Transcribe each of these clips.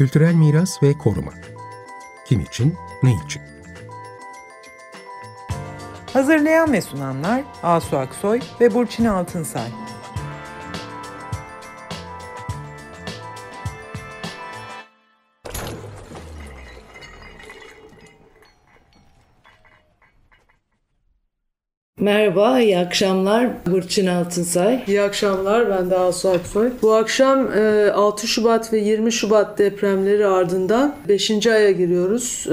Kültürel miras ve koruma. Kim için, ne için? Hazırlayan ve sunanlar Asu Aksoy ve Burçin Altınsay. Merhaba, iyi akşamlar. Burçin Altınsay. İyi akşamlar, ben de Asu Aksoy. Bu akşam 6 Şubat ve 20 Şubat depremleri ardından 5. aya giriyoruz.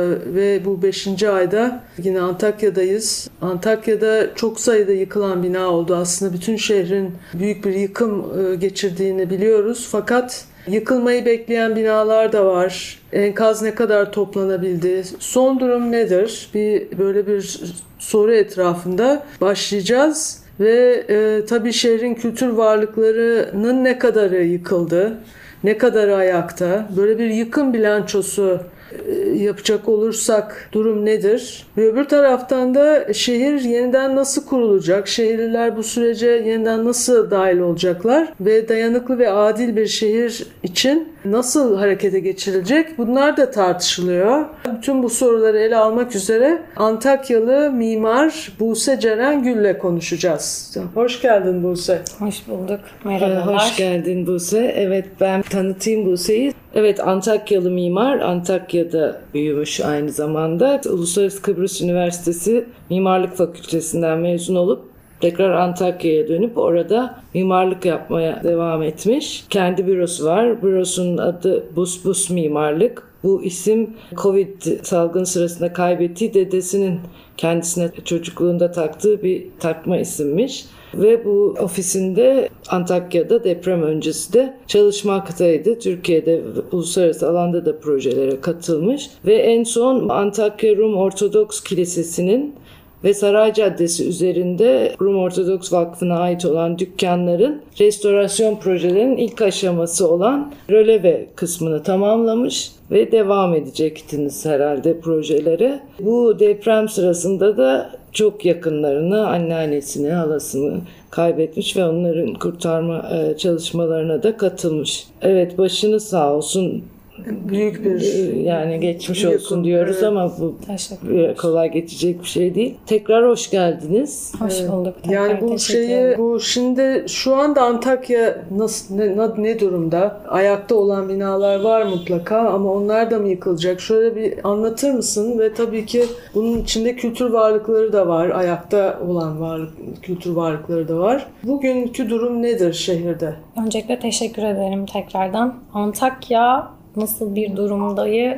Ve bu 5. ayda yine Antakya'dayız. Antakya'da çok sayıda yıkılan bina oldu. Aslında bütün şehrin büyük bir yıkım geçirdiğini biliyoruz. Fakat yıkılmayı bekleyen binalar da var. Enkaz ne kadar toplanabildi? Son durum nedir? Böyle bir soru etrafında başlayacağız. Ve tabii şehrin kültür varlıklarının ne kadarı yıkıldı? Ne kadarı ayakta? Böyle bir yıkım bilançosu yapacak olursak durum nedir? Ve öbür taraftan da şehir yeniden nasıl kurulacak? Şehirliler bu sürece yeniden nasıl dahil olacaklar? Ve dayanıklı ve adil bir şehir için nasıl harekete geçirilecek? Bunlar da tartışılıyor. Bütün bu soruları ele almak üzere Antakyalı mimar Buse Ceren Gül'le konuşacağız. Hoş geldin Buse. Hoş bulduk. Merhabalar. Hoş geldin Buse. Evet, ben tanıtayım Buse'yi. Evet, Antakyalı mimar, Antakya'da büyümüş aynı zamanda. Uluslararası Kıbrıs Üniversitesi Mimarlık Fakültesinden mezun olup tekrar Antakya'ya dönüp orada mimarlık yapmaya devam etmiş. Kendi bürosu var. Bürosunun adı Bus Mimarlık. Bu isim Covid salgın sırasında kaybettiği dedesinin kendisine çocukluğunda taktığı bir takma isimmiş. Ve bu ofisinde Antakya'da deprem öncesi de çalışmaktaydı. Türkiye'de uluslararası alanda da projelere katılmış. Ve en son Antakya Rum Ortodoks Kilisesi'nin ve Saray Caddesi üzerinde Rum Ortodoks Vakfı'na ait olan dükkanların restorasyon projelerinin ilk aşaması olan röleve kısmını tamamlamış ve devam edecektiniz herhalde projelere. Bu deprem sırasında da çok yakınlarını, anneannesini, halasını kaybetmiş ve onların kurtarma çalışmalarına da katılmış. Evet, başınız sağ olsun. Büyük bir yani geçmiş olsun diyoruz, evet. Ama bu kolay geçecek bir şey değil. Tekrar hoş geldiniz. Hoş bulduk. Yani şimdi şu anda Antakya ne durumda? Ayakta olan binalar var mutlaka ama onlar da mı yıkılacak? Şöyle bir anlatır mısın? Ve tabii ki bunun içinde kültür varlıkları da var. Ayakta olan kültür varlıkları da var. Bugünkü durum nedir şehirde? Öncelikle teşekkür ederim tekrardan. Antakya nasıl bir durumdayı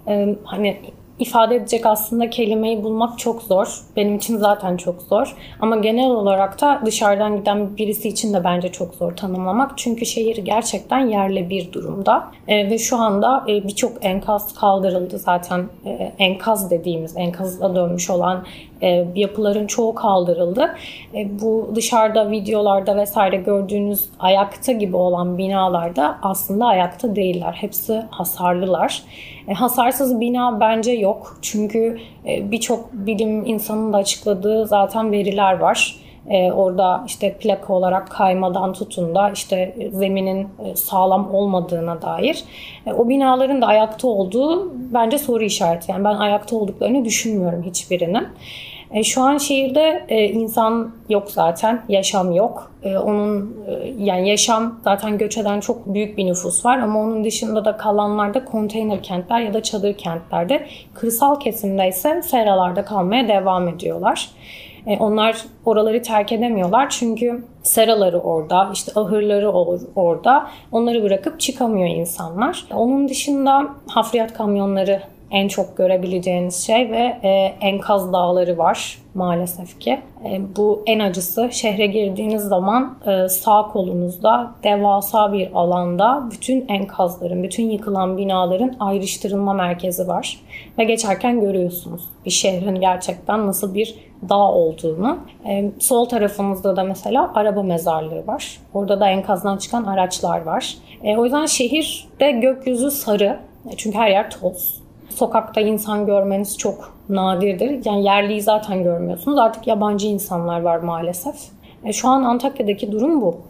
ifade edecek aslında kelimeyi bulmak çok zor. Benim için zaten çok zor. Ama genel olarak da dışarıdan giden birisi için de bence çok zor tanımlamak. Çünkü şehir gerçekten yerle bir durumda. Ve şu anda birçok enkaz kaldırıldı zaten. Enkaz dediğimiz, enkaza dönmüş olan yapıların çoğu kaldırıldı. Bu dışarıda videolarda vesaire gördüğünüz ayakta gibi olan binalarda aslında ayakta değiller. Hepsi hasarlılar. Hasarsız bina bence yok. Çünkü birçok bilim insanının da açıkladığı zaten veriler var. Orada işte plaka olarak kaymadan tutun da işte zeminin sağlam olmadığına dair. O binaların da ayakta olduğu bence soru işareti. Yani ben ayakta olduklarını düşünmüyorum hiçbirinin. Şu an şehirde insan yok zaten, yaşam yok. Yani yaşam zaten göç eden çok büyük bir nüfus var ama onun dışında da kalanlarda konteyner kentler ya da çadır kentlerde, kırsal kesimde ise seralarda kalmaya devam ediyorlar. Onlar oraları terk edemiyorlar çünkü seraları orada, işte ahırları orada. Onları bırakıp çıkamıyor insanlar. Onun dışında hafriyat kamyonları en çok görebileceğiniz şey ve enkaz dağları var maalesef ki. Bu en acısı. Şehre girdiğiniz zaman sağ kolunuzda devasa bir alanda bütün enkazların, bütün yıkılan binaların ayrıştırılma merkezi var. Ve geçerken görüyorsunuz bir şehrin gerçekten nasıl bir dağ olduğunu. Sol tarafımızda da mesela araba mezarlığı var. Orada da enkazdan çıkan araçlar var. O yüzden şehirde gökyüzü sarı. Çünkü her yer toz. Sokakta insan görmeniz çok nadirdir. Yani yerliyi zaten görmüyorsunuz. Artık yabancı insanlar var maalesef. Şu an Antakya'daki durum bu.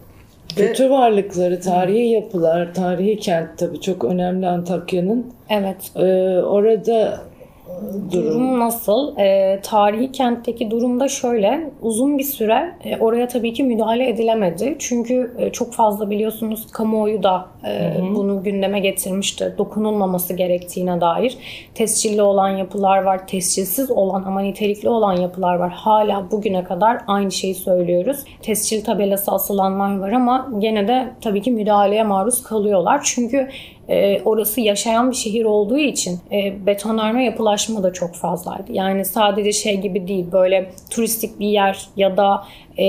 Kültür varlıkları, tarihi yapılar, tarihi kent tabii çok önemli Antakya'nın. Evet. Orada durum nasıl? Tarihi kentteki durumda şöyle, uzun bir süre oraya tabii ki müdahale edilemedi. Çünkü çok fazla biliyorsunuz kamuoyu da bunu gündeme getirmişti. Dokunulmaması gerektiğine dair. Tescilli olan yapılar var, tescilsiz olan ama nitelikli olan yapılar var. Hala bugüne kadar aynı şeyi söylüyoruz. Tescil tabelası asılanlar var ama gene de tabii ki müdahaleye maruz kalıyorlar. Çünkü orası yaşayan bir şehir olduğu için betonarme yapılaşma da çok fazlaydı. Yani sadece şey gibi değil, böyle turistik bir yer ya da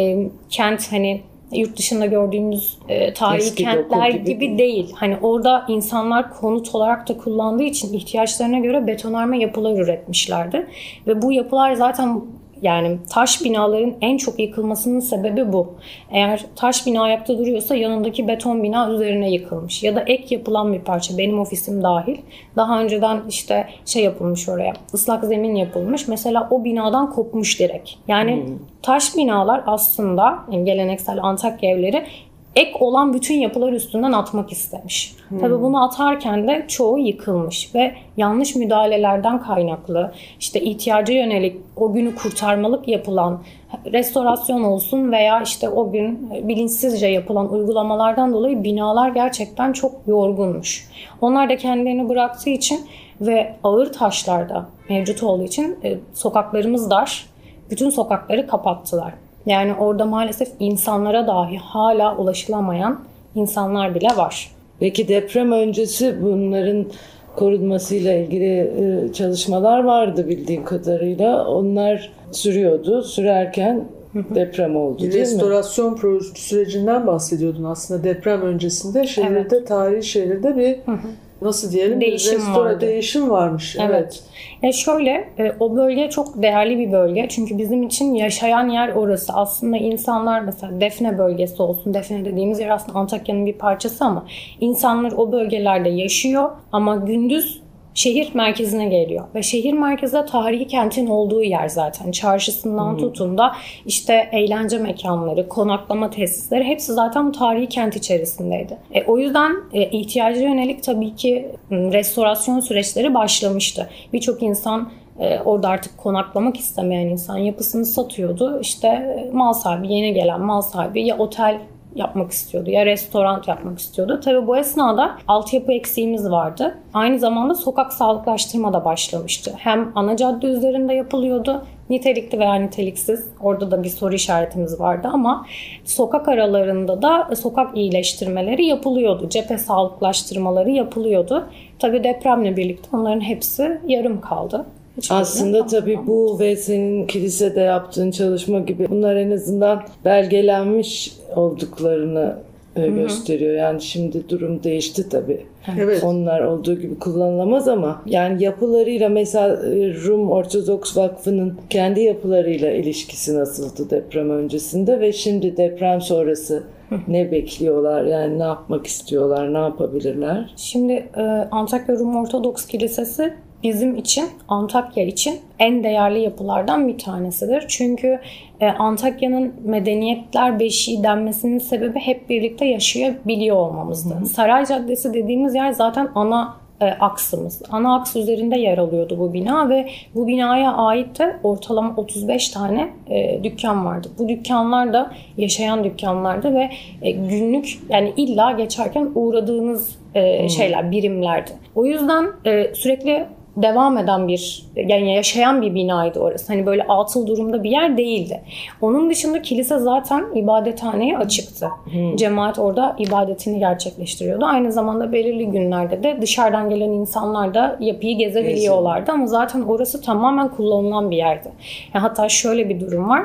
kent, hani yurt dışında gördüğümüz tarihi eski kentler gibi gibi değil. Hani orada insanlar konut olarak da kullandığı için ihtiyaçlarına göre betonarme yapılar üretmişlerdi. Ve bu yapılar zaten, yani taş binaların en çok yıkılmasının sebebi bu. Eğer taş bina ayakta duruyorsa yanındaki beton bina üzerine yıkılmış. Ya da ek yapılan bir parça, benim ofisim dahil. Daha önceden işte şey yapılmış oraya, ıslak zemin yapılmış. Mesela o binadan kopmuş direkt. Yani taş binalar aslında, yani geleneksel Antakya evleri, ek olan bütün yapılar üstünden atmak istemiş. Tabii bunu atarken de çoğu yıkılmış ve yanlış müdahalelerden kaynaklı, işte ihtiyaca yönelik o günü kurtarmalık yapılan restorasyon olsun veya işte o gün bilinçsizce yapılan uygulamalardan dolayı binalar gerçekten çok yorgunmuş. Onlar da kendilerini bıraktığı için ve ağır taşlarda mevcut olduğu için sokaklarımız dar. Bütün sokakları kapattılar. Yani orada maalesef insanlara dahi hala ulaşılamayan insanlar bile var. Peki deprem öncesi bunların korunmasıyla ilgili çalışmalar vardı bildiğim kadarıyla. Onlar sürüyordu. Sürerken deprem oldu, değil mi? Restorasyon sürecinden bahsediyordun aslında deprem öncesinde. Şehirde, tarihi şehirde bir nasıl diyelim, değişim varmış. Evet. Ya şöyle, o bölge çok değerli bir bölge. Çünkü bizim için yaşayan yer orası. Aslında insanlar, mesela Defne bölgesi olsun. Defne dediğimiz yer aslında Antakya'nın bir parçası ama insanlar o bölgelerde yaşıyor ama gündüz şehir merkezine geliyor. Ve şehir merkezde tarihi kentin olduğu yer zaten. Çarşısından tutun da işte eğlence mekanları, konaklama tesisleri hepsi zaten bu tarihi kent içerisindeydi. O yüzden ihtiyaca yönelik tabii ki restorasyon süreçleri başlamıştı. Birçok insan orada artık konaklamak istemeyen insan yapısını satıyordu. İşte mal sahibi, yeni gelen mal sahibi ya otel yapmak istiyordu ya restoran yapmak istiyordu. Tabii bu esnada altyapı eksiğimiz vardı. Aynı zamanda sokak sağlıklaştırma da başlamıştı. Hem ana cadde üzerinde yapılıyordu, nitelikli veya niteliksiz. Orada da bir soru işaretimiz vardı ama sokak aralarında da sokak iyileştirmeleri yapılıyordu. Cephe sağlıklaştırmaları yapılıyordu. Tabii depremle birlikte onların hepsi yarım kaldı. Aslında tabii bu ve senin kilisede yaptığın çalışma gibi bunlar en azından belgelenmiş olduklarını gösteriyor. Yani şimdi durum değişti tabii. Evet. Onlar olduğu gibi kullanılamaz ama yani yapılarıyla, mesela Rum Ortodoks Vakfı'nın kendi yapılarıyla ilişkisi nasıldı deprem öncesinde ve şimdi deprem sonrası ne bekliyorlar? Yani ne yapmak istiyorlar? Ne yapabilirler? Şimdi Antakya Rum Ortodoks Kilisesi bizim için, Antakya için en değerli yapılardan bir tanesidir. Çünkü Antakya'nın medeniyetler beşiği denmesinin sebebi hep birlikte yaşayabiliyor olmamızdı. Saray Caddesi dediğimiz yer zaten ana aksımız. Ana aks üzerinde yer alıyordu bu bina ve bu binaya ait de ortalama 35 tane dükkan vardı. Bu dükkanlar da yaşayan dükkanlardı ve günlük, yani illa geçerken uğradığınız şeyler, birimlerdi. O yüzden sürekli devam eden bir, yani yaşayan bir binaydı orası. Hani böyle atıl durumda bir yer değildi. Onun dışında kilise zaten ibadethaneye açıktı. Cemaat orada ibadetini gerçekleştiriyordu. Aynı zamanda belirli günlerde de dışarıdan gelen insanlar da yapıyı gezebiliyorlardı. Ama zaten orası tamamen kullanılan bir yerdi. Yani hatta şöyle bir durum var.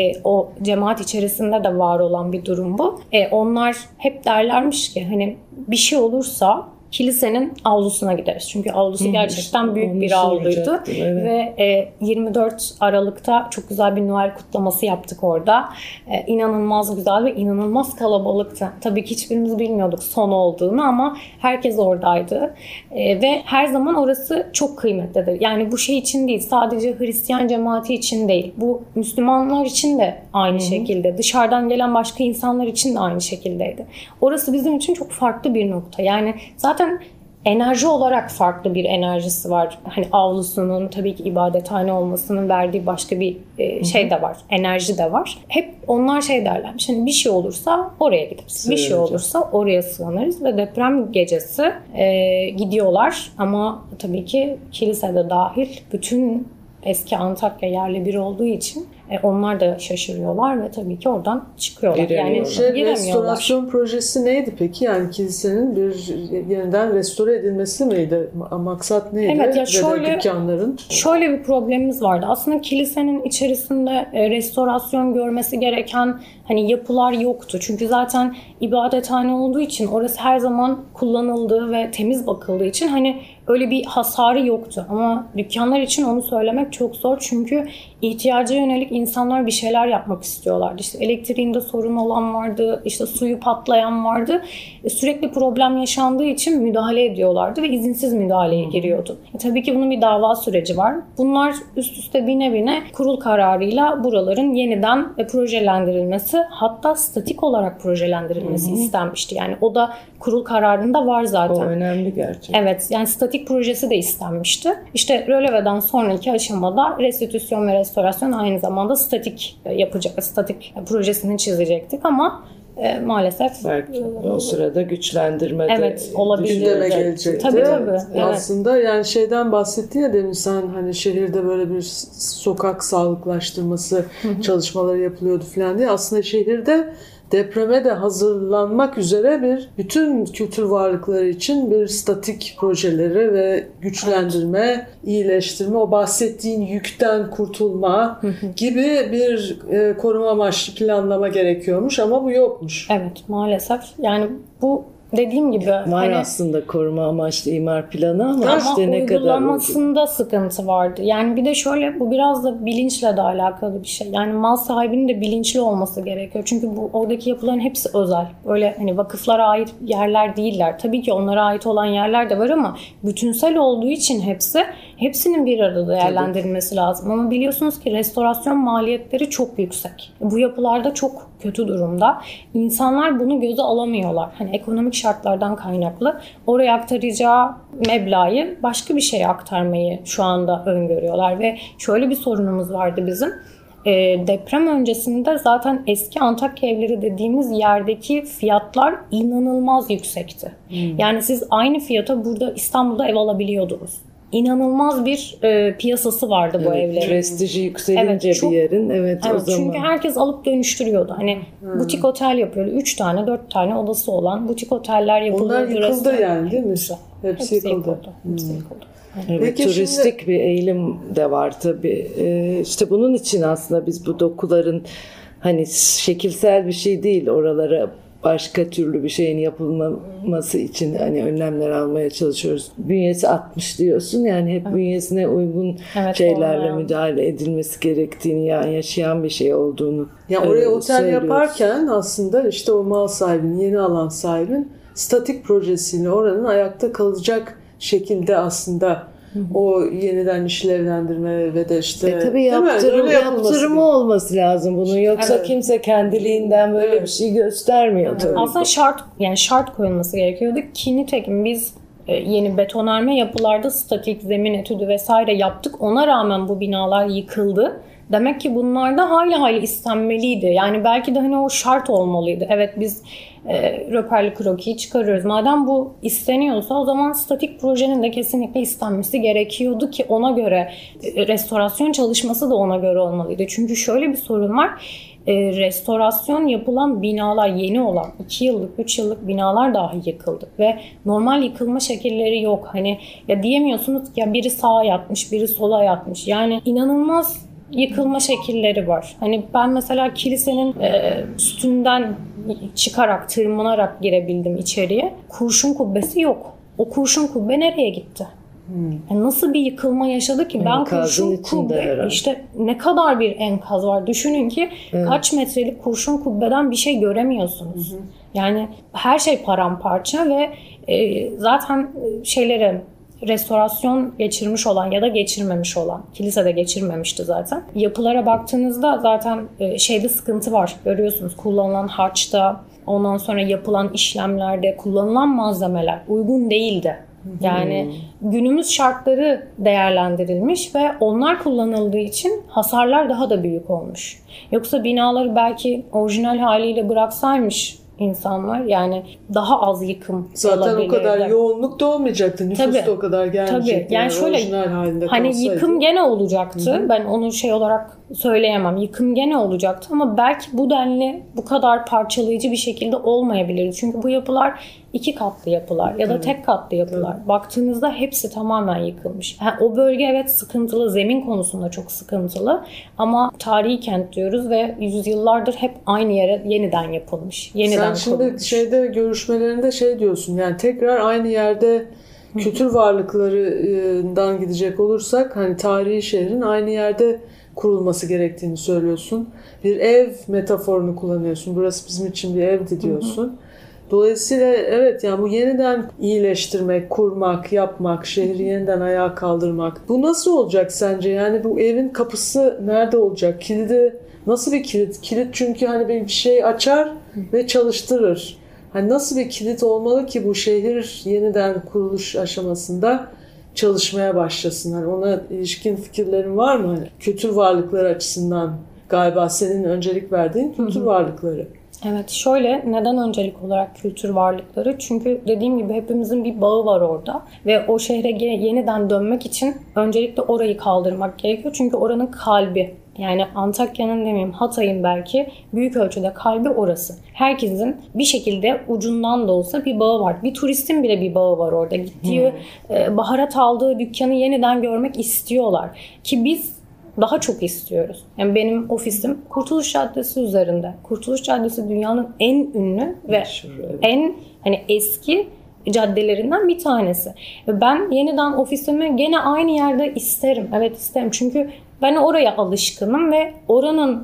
O cemaat içerisinde de var olan bir durum bu. Onlar hep derlermiş ki hani bir şey olursa kilisenin avlusuna gideriz. Çünkü avlusu gerçekten büyük Onu bir avluydu. soracaktım, evet. Ve 24 Aralık'ta çok güzel bir Noel kutlaması yaptık orada. İnanılmaz güzel ve inanılmaz kalabalıktı. Tabii ki hiçbirimiz bilmiyorduk son olduğunu ama herkes oradaydı. Ve her zaman orası çok kıymetlidir. Yani bu şey için değil, sadece Hristiyan cemaati için değil. Bu Müslümanlar için de aynı şekilde. Dışarıdan gelen başka insanlar için de aynı şekildeydi. Orası bizim için çok farklı bir nokta. Yani zaten enerji olarak farklı bir enerjisi var. Hani avlusunun, tabii ki ibadethane olmasının verdiği başka bir şey de var. Enerji de var. Hep onlar şey derlermiş. Hani bir şey olursa oraya gideriz. Bir şey olursa oraya sığınırız ve deprem gecesi gidiyorlar. Ama tabii ki kilisede dahil bütün eski Antakya yerle bir olduğu için onlar da şaşırıyorlar ve tabii ki oradan çıkıyorlar. Yani giremiyorlar. Restorasyon projesi neydi peki? Yani kilisenin bir yeniden restore edilmesi miydi? Maksat neydi? Evet, ya şöyle, dükkanların. Şöyle bir problemimiz vardı. Aslında kilisenin içerisinde restorasyon görmesi gereken hani yapılar yoktu. Çünkü zaten ibadethane olduğu için orası her zaman kullanıldığı ve temiz bakıldığı için hani öyle bir hasarı yoktu. Ama dükkanlar için onu söylemek çok zor. Çünkü ihtiyaca yönelik insanlar bir şeyler yapmak istiyorlardı. İşte elektriğinde sorun olan vardı, işte suyu patlayan vardı. Sürekli problem yaşandığı için müdahale ediyorlardı ve izinsiz müdahaleye giriyordu. Tabii ki bunun bir dava süreci var. Bunlar üst üste bine bine kurul kararıyla buraların yeniden projelendirilmesi, hatta statik olarak projelendirilmesi istenmişti. Yani o da kurul kararında var zaten. O önemli gerçekten. Evet, yani statik projesi de istenmişti. İşte röleveden sonraki aşamada restitüsyon ve restorasyon aynı zamanda statik yapacak, statik projesini çizecektik ama maalesef belki o sırada güçlendirmede evet, olabilir. Gündeme gelecekti. Tabii. Evet. Aslında yani şeyden bahsetti ya demin sen, hani şehirde böyle bir sokak sağlıklaştırması çalışmaları yapılıyordu falan diye. Aslında şehirde depreme de hazırlanmak üzere bütün kültür varlıkları için bir statik projeleri ve güçlendirme, iyileştirme, o bahsettiğin yükten kurtulma gibi bir koruma amaçlı planlama gerekiyormuş ama bu yokmuş. Evet, maalesef. Yani bu dediğim gibi var aslında koruma amaçlı imar planı ama işte ne kadar uygulamasında sıkıntı vardı. Yani bir de şöyle, bu biraz da bilinçle de alakalı bir şey. Yani mal sahibinin de bilinçli olması gerekiyor. Çünkü oradaki yapıların hepsi özel. Öyle hani vakıflara ait yerler değiller. Tabii ki onlara ait olan yerler de var ama bütünsel olduğu için hepsinin bir arada değerlendirilmesi lazım. Ama biliyorsunuz ki restorasyon maliyetleri çok yüksek. Bu yapılarda çok kötü durumda. İnsanlar bunu göze alamıyorlar. Hani ekonomik şartlardan kaynaklı oraya aktaracağı meblağı başka bir şeye aktarmayı şu anda öngörüyorlar ve şöyle bir sorunumuz vardı bizim. Deprem öncesinde zaten eski Antakya evleri dediğimiz yerdeki fiyatlar inanılmaz yüksekti. Yani siz aynı fiyata burada İstanbul'da ev alabiliyordunuz. İnanılmaz bir piyasası vardı bu evlerin. Prestiji yükselince bir yerin. Evet, o zaman. Çünkü herkes alıp dönüştürüyordu. Hani butik otel yapıyordu. 3 tane 4 tane odası olan butik oteller yapılıyordu. Onlar yıkıldı yani değil mi? Hepsi yıkıldı. Evet, peki turistik bir eğilim de var tabii. İşte bunun için aslında biz bu dokuların hani şekilsel bir şey değil, oralara başka türlü bir şeyin yapılmaması için hani önlemler almaya çalışıyoruz. Bünyesi 60 diyorsun, yani hep bünyesine uygun şeylerle müdahale edilmesi gerektiğini, yani yaşayan bir şey olduğunu oraya otel yaparken aslında işte o mal sahibinin, yeni alan sahibin statik projesiyle oranın ayakta kalacak şekilde aslında o yeniden işlevlendirme ve de işte tabii yaptırımı olması lazım bunun, yoksa kimse kendiliğinden böyle bir şey göstermiyor tabii. Aslında şart koyulması gerekiyordu ki nitekim biz yeni betonarme yapılarda statik zemin etüdü vesaire yaptık. Ona rağmen bu binalar yıkıldı. Demek ki bunlar da hayli istenmeliydi. Yani belki de hani o şart olmalıydı. Evet, biz röperli krokiyi çıkarıyoruz. Madem bu isteniyorsa o zaman statik projenin de kesinlikle istenmesi gerekiyordu ki ona göre restorasyon çalışması da ona göre olmalıydı. Çünkü şöyle bir sorun var. Restorasyon yapılan binalar, yeni olan 2 yıllık 3 yıllık binalar dahi yıkıldı ve normal yıkılma şekilleri yok. Hani ya diyemiyorsunuz ya biri sağa yatmış, biri sola yatmış. Yani inanılmaz yıkılma şekilleri var. Hani ben mesela kilisenin üstünden çıkarak, tırmanarak girebildim içeriye. Kurşun kubbesi yok. O kurşun kubbe nereye gitti? Yani nasıl bir yıkılma yaşadı ki? Ben kurşun kubbe, işte ne kadar bir enkaz var. Düşünün ki kaç metrelik kurşun kubbeden bir şey göremiyorsunuz. Yani her şey paramparça ve zaten restorasyon geçirmiş olan ya da geçirmemiş olan, kilisede geçirmemişti zaten. Yapılara baktığınızda zaten sıkıntı var. Görüyorsunuz, kullanılan harçta, ondan sonra yapılan işlemlerde kullanılan malzemeler uygun değildi. Yani günümüz şartları değerlendirilmiş ve onlar kullanıldığı için hasarlar daha da büyük olmuş. Yoksa binaları belki orijinal haliyle bıraksaymış insanlar, yani daha az yıkım zaten olabilirdi. O kadar yoğunluk da olmayacaktı. Nüfus da o kadar gelmeyecekti. Tabii. Yani şöyle, orijinal halinde hani kalsaydı. yıkım gene olacaktı. Ben onu olarak söyleyemem. Yıkım gene olacaktı ama belki bu denli, bu kadar parçalayıcı bir şekilde olmayabilirdi. Çünkü bu yapılar 2 katlı yapılar ya da tek katlı yapılar. Baktığınızda hepsi tamamen yıkılmış. O bölge evet sıkıntılı, zemin konusunda çok sıkıntılı ama tarihi kent diyoruz ve yüzyıllardır hep aynı yere yeniden yapılmış. Yeniden Sen kurulmuş. şimdi görüşmelerinde diyorsun, yani tekrar aynı yerde kültür varlıklarından gidecek olursak hani tarihi şehrin aynı yerde kurulması gerektiğini söylüyorsun. Bir ev metaforunu kullanıyorsun. Burası bizim için bir evdi diyorsun. Dolayısıyla evet, yani bu yeniden iyileştirmek, kurmak, yapmak, şehri yeniden ayağa kaldırmak. Bu nasıl olacak sence? Yani bu evin kapısı nerede olacak? Kilidi nasıl bir kilit? Kilit çünkü hani bir şey açar ve çalıştırır. Hani nasıl bir kilit olmalı ki bu şehir yeniden kuruluş aşamasında çalışmaya başlasın? Hani ona ilişkin fikirlerin var mı? Hani kültür varlıkları açısından galiba senin öncelik verdiğin kültür varlıkları. Evet, neden öncelik olarak kültür varlıkları? Çünkü dediğim gibi hepimizin bir bağı var orada ve o şehre yeniden dönmek için öncelikle orayı kaldırmak gerekiyor. Çünkü oranın kalbi, yani Antakya'nın demeyeyim, Hatay'ın belki büyük ölçüde kalbi orası. Herkesin bir şekilde ucundan da olsa bir bağı var. Bir turistin bile bir bağı var orada. Gittiği, baharat aldığı dükkanı yeniden görmek istiyorlar. Ki biz daha çok istiyoruz. Yani benim ofisim Kurtuluş Caddesi üzerinde. Kurtuluş Caddesi dünyanın en ünlü ve en eski caddelerinden bir tanesi. Ve ben yeniden ofisimi gene aynı yerde isterim. Evet, isterim. Çünkü ben oraya alışkınım ve oranın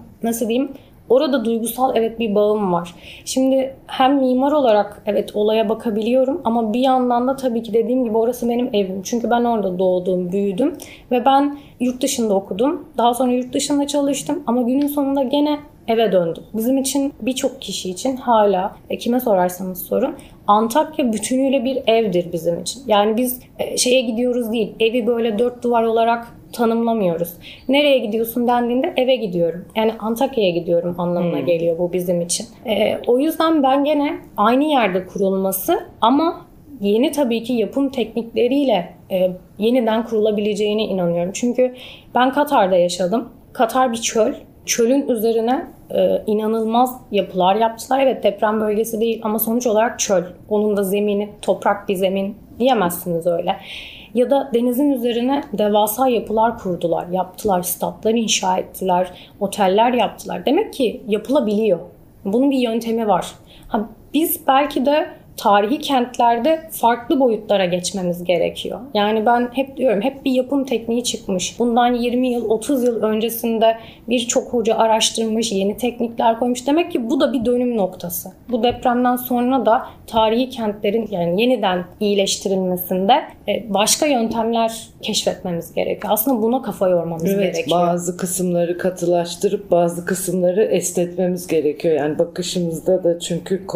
orada duygusal bir bağım var. Şimdi hem mimar olarak olaya bakabiliyorum ama bir yandan da tabii ki dediğim gibi orası benim evim. Çünkü ben orada doğdum, büyüdüm ve ben yurt dışında okudum. Daha sonra yurt dışında çalıştım ama günün sonunda gene eve döndüm. Bizim için, birçok kişi için hala kime sorarsanız sorun, Antakya bütünüyle bir evdir bizim için. Yani biz gidiyoruz değil, evi böyle 4 duvar olarak tanımlamıyoruz. Nereye gidiyorsun dendiğinde eve gidiyorum. Yani Antakya'ya gidiyorum anlamına geliyor bu bizim için. O yüzden ben gene aynı yerde kurulması ama yeni tabii ki yapım teknikleriyle yeniden kurulabileceğine inanıyorum. Çünkü ben Katar'da yaşadım. Katar bir çöl. Çölün üzerine inanılmaz yapılar yaptılar. Evet, deprem bölgesi değil ama sonuç olarak çöl. Onun da zemini toprak bir zemin diyemezsiniz öyle. Ya da denizin üzerine devasa yapılar kurdular, yaptılar, statlar inşa ettiler, oteller yaptılar. Demek ki yapılabiliyor. Bunun bir yöntemi var. Biz belki de tarihi kentlerde farklı boyutlara geçmemiz gerekiyor. Yani ben hep diyorum, hep bir yapım tekniği çıkmış. Bundan 20 yıl, 30 yıl öncesinde birçok hoca araştırmış, yeni teknikler koymuş. Demek ki bu da bir dönüm noktası. Bu depremden sonra da tarihi kentlerin yeniden iyileştirilmesinde başka yöntemler keşfetmemiz gerekiyor. Aslında buna kafa yormamız gerekiyor. Bazı kısımları katılaştırıp bazı kısımları esnetmemiz gerekiyor. Yani bakışımızda da, çünkü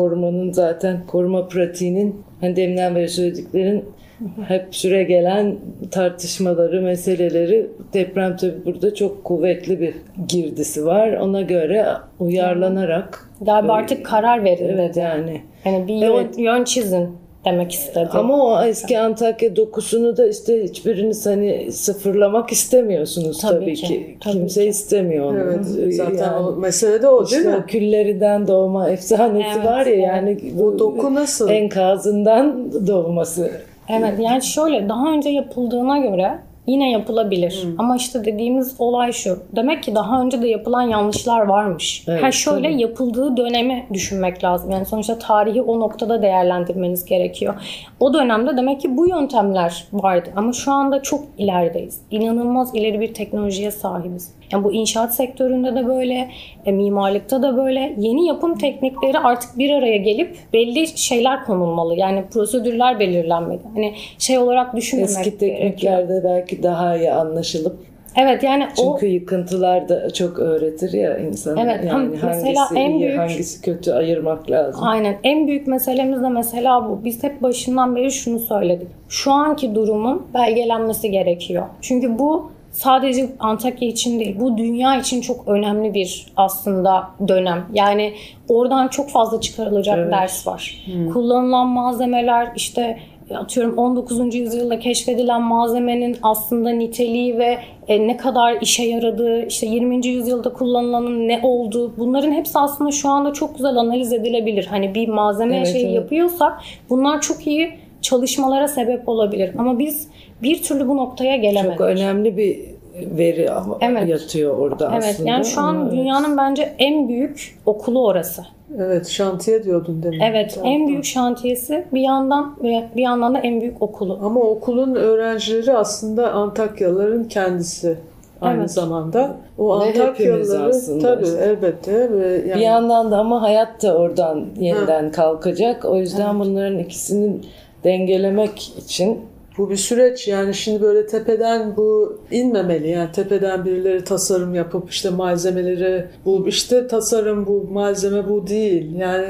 koruma pratiğinin deminden beri söylediklerin hep süre gelen tartışmaları, meseleleri, deprem tabii burada çok kuvvetli bir girdisi var. Ona göre uyarlanarak galiba artık karar verin. Evet, yani. Bir yön çizin demek istedim. Ama o eski Antakya dokusunu da hiçbiriniz sıfırlamak istemiyorsunuz tabii ki. Kimse istemiyor onu. Evet, zaten o mesele de o değil mi? O külleriden doğma efsanesi var ya, yani bu doku nasıl? Enkazından doğması. Evet, yani daha önce yapıldığına göre yine yapılabilir. Ama işte dediğimiz olay şu. Demek ki daha önce de yapılan yanlışlar varmış. Evet, Şöyle tabii. yapıldığı dönemi düşünmek lazım. Yani sonuçta tarihi o noktada değerlendirmeniz gerekiyor. O dönemde demek ki bu yöntemler vardı. Ama şu anda çok ilerideyiz. İnanılmaz ileri bir teknolojiye sahibiz. Yani bu inşaat sektöründe de böyle, mimarlıkta da böyle. Yeni yapım teknikleri artık bir araya gelip belli şeyler konulmalı. Yani prosedürler belirlenmeli. Hani şey olarak düşünmemek Eski gerekiyor. tekniklerde belki daha iyi anlaşılıp. Evet yani Çünkü yıkıntılar da çok öğretir ya insana. Evet, yani mesela hangisi en iyi, büyük- hangisi kötü ayırmak lazım. Aynen. En büyük meselemiz de mesela bu. Biz hep başından beri şunu söyledik. Şu anki durumun belgelenmesi gerekiyor. Çünkü bu sadece Antakya için değil, bu dünya için çok önemli bir aslında dönem. Yani oradan çok fazla çıkarılacak ders var. Kullanılan malzemeler, işte atıyorum 19. yüzyılda keşfedilen malzemenin aslında niteliği ve ne kadar işe yaradığı, işte 20. yüzyılda kullanılanın ne olduğu, bunların hepsi aslında şu anda çok güzel analiz edilebilir. Hani bir malzeme yapıyorsak bunlar çok iyi çalışmalara sebep olabilir. Ama biz bir türlü bu noktaya gelemedik. Çok önemli bir veri yatıyor orada aslında. Evet, yani şu an dünyanın bence en büyük okulu orası. Evet, şantiye diyordun demin. Evet, en büyük şantiyesi bir yandan ve bir yandan da en büyük okulu. Ama okulun öğrencileri aslında Antakyalıların kendisi aynı zamanda. O Ve hepimiz Antakyalıları aslında tabii işte. elbette ve yani Bir yandan da ama hayat da oradan yeniden kalkacak. O yüzden bunların ikisini dengelemek için bu bir süreç. Yani şimdi böyle tepeden bu inmemeli. Yani tepeden birileri tasarım yapıp işte malzemeleri bu işte tasarım bu malzeme bu değil. Yani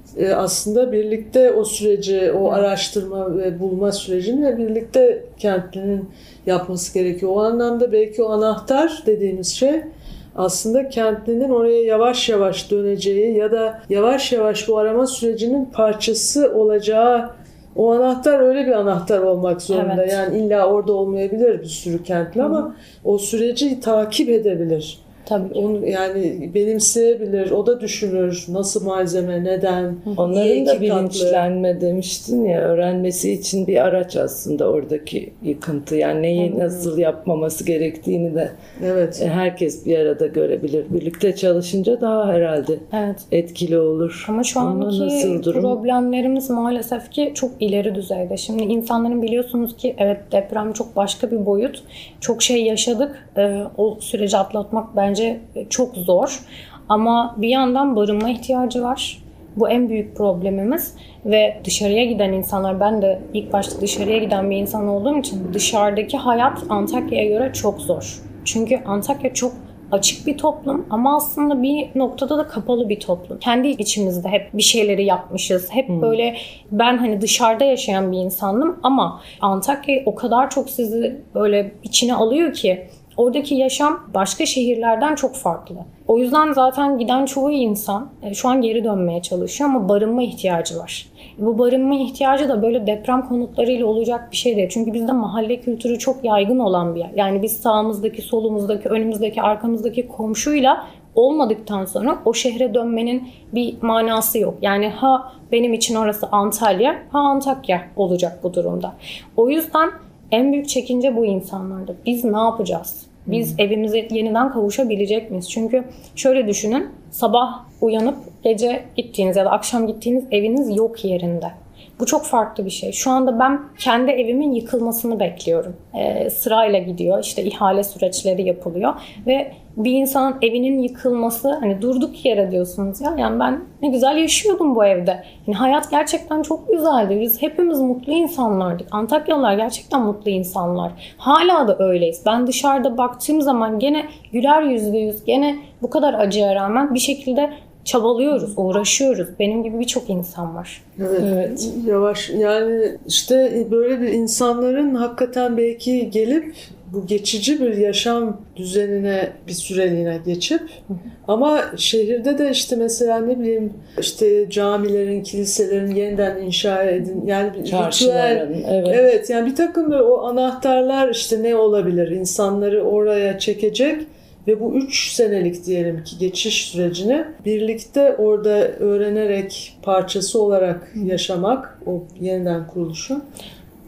aslında birlikte o süreci, o araştırma ve bulma sürecini ve birlikte kentlinin yapması gerekiyor. O anlamda belki o anahtar dediğimiz şey aslında kentlinin oraya yavaş yavaş döneceği ya da yavaş yavaş bu arama sürecinin parçası olacağı, o anahtar öyle bir anahtar olmak zorunda. Evet. Yani illa orada olmayabilir bir sürü kentli ama o süreci takip edebilir. Tabii ki. Onu yani benimseyebilir, o da düşünür nasıl malzeme, neden, onların niye da iki katlı. bilinçlenme demiştin ya, öğrenmesi için bir araç aslında oradaki yıkıntı. Yani neyi nasıl yapmaması gerektiğini de Evet. herkes bir arada görebilir. Birlikte çalışınca daha herhalde etkili olur. Ama şu Ama anki nasıl durum? problemlerimiz maalesef ki çok ileri düzeyde. Şimdi insanların biliyorsunuz ki evet deprem çok başka bir boyut. Çok şey yaşadık. O süreci atlatmak bence çok zor. Ama bir yandan barınma ihtiyacı var. Bu en büyük problemimiz. Ve dışarıya giden insanlar, ben de ilk başta dışarıya giden bir insan olduğum için dışarıdaki hayat Antakya'ya göre çok zor. Çünkü Antakya çok açık bir toplum ama aslında bir noktada da kapalı bir toplum. Kendi içimizde hep bir şeyleri yapmışız. Hep böyle ben hani dışarıda yaşayan bir insandım ama Antakya o kadar çok sizi böyle içine alıyor ki oradaki yaşam başka şehirlerden çok farklı. O yüzden zaten giden çoğu insan şu an geri dönmeye çalışıyor ama barınma ihtiyacı var. Bu barınma ihtiyacı da böyle deprem konutlarıyla olacak bir şey değil. Çünkü bizde mahalle kültürü çok yaygın olan bir yer. Yani biz sağımızdaki, solumuzdaki, önümüzdeki, arkamızdaki komşuyla olmadıktan sonra o şehre dönmenin bir manası yok. Yani ha benim için orası Antalya, ha Antakya olacak bu durumda. O yüzden en büyük çekince bu insanlarda. Biz ne yapacağız? Biz evimize yeniden kavuşabilecek miyiz? Çünkü şöyle düşünün, sabah uyanıp gece gittiğiniz ya da akşam gittiğiniz eviniz yok yerinde. Bu çok farklı bir şey. Şu anda ben kendi evimin yıkılmasını bekliyorum. Sırayla gidiyor, işte ihale süreçleri yapılıyor ve bir insanın evinin yıkılması, hani durduk yere diyorsunuz ya, yani ben ne güzel yaşıyordum bu evde. Yani hayat gerçekten çok güzeldi. Biz hepimiz mutlu insanlardık. Antakyalılar gerçekten mutlu insanlar. Hala da öyleyiz. Ben dışarıda baktığım zaman gene güler yüzlüyüz. Gene bu kadar acıya rağmen bir şekilde çabalıyoruz, uğraşıyoruz. Benim gibi birçok insan var. Evet. Yavaş yani işte böyle bir insanların hakikaten belki gelip bu geçici bir yaşam düzenine bir süreliğine geçip ama şehirde de işte mesela ne bileyim işte camilerin, kiliselerin yeniden inşa edin yani Çarşıların, evet yani bir takım böyle o anahtarlar işte ne olabilir insanları oraya çekecek. Ve bu 3 senelik diyelim ki geçiş sürecini birlikte orada öğrenerek parçası olarak yaşamak, o yeniden kuruluşun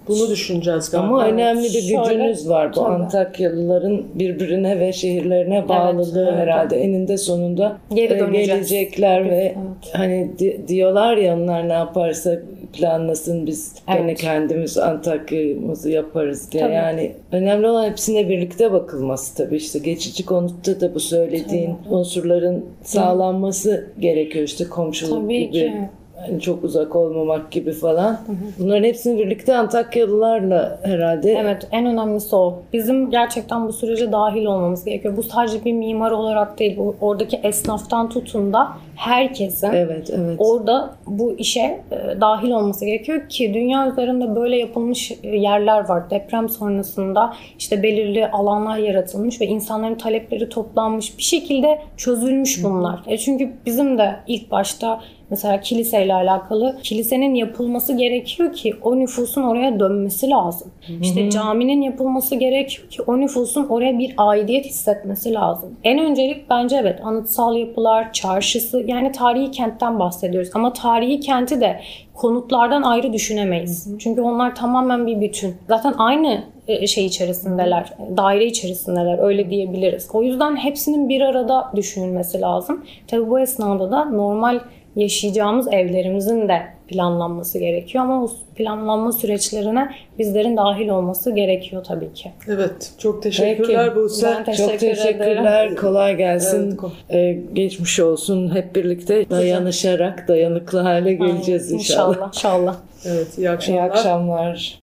Bunu düşüneceğiz galiba. Ama önemli bir Şöyle, gücünüz var. Bu tabii. Antakyalıların birbirine ve şehirlerine bağlılığı evet. herhalde. Eninde sonunda Geri döneceğiz. gelecekler ve Evet. hani diyorlar ya, onlar ne yaparsa planlasın, biz gene Evet. kendimiz Antakya'mızı yaparız diye. Tabii. Yani önemli olan hepsine birlikte bakılması tabii. İşte geçici konutta da bu söylediğin unsurların sağlanması gerekiyor. İşte komşuluk Tabii gibi. ki. Yani çok uzak olmamak gibi falan. Bunların hepsini birlikte Antakyalılarla herhalde. Evet, en önemlisi o. Bizim gerçekten bu sürece dahil olmamız gerekiyor. Bu sadece bir mimar olarak değil, bu oradaki esnaftan tutun da herkesin Evet. orada bu işe dahil olması gerekiyor ki dünya üzerinde böyle yapılmış yerler var. Deprem sonrasında işte belirli alanlar yaratılmış ve insanların talepleri toplanmış, bir şekilde çözülmüş bunlar. Çünkü bizim de ilk başta mesela kiliseyle alakalı, kilisenin yapılması gerekiyor ki o nüfusun oraya dönmesi lazım. İşte caminin yapılması gerekiyor ki o nüfusun oraya bir aidiyet hissetmesi lazım. En öncelik bence evet anıtsal yapılar, çarşısı, yani tarihi kentten bahsediyoruz. Ama tarihi kenti de konutlardan ayrı düşünemeyiz. Çünkü onlar tamamen bir bütün. Zaten aynı şey içerisindeler, daire içerisindeler, öyle diyebiliriz. O yüzden hepsinin bir arada düşünülmesi lazım. Tabii bu esnada da normal yaşayacağımız evlerimizin de planlanması gerekiyor ama o planlanma süreçlerine bizlerin dahil olması gerekiyor tabii ki. Evet, çok teşekkürler Buse. Ben Çok teşekkürler. Kolay gelsin. Geçmiş olsun. Hep birlikte dayanışarak dayanıklı hale geleceğiz inşallah. İnşallah. Evet, iyi akşamlar. İyi akşamlar.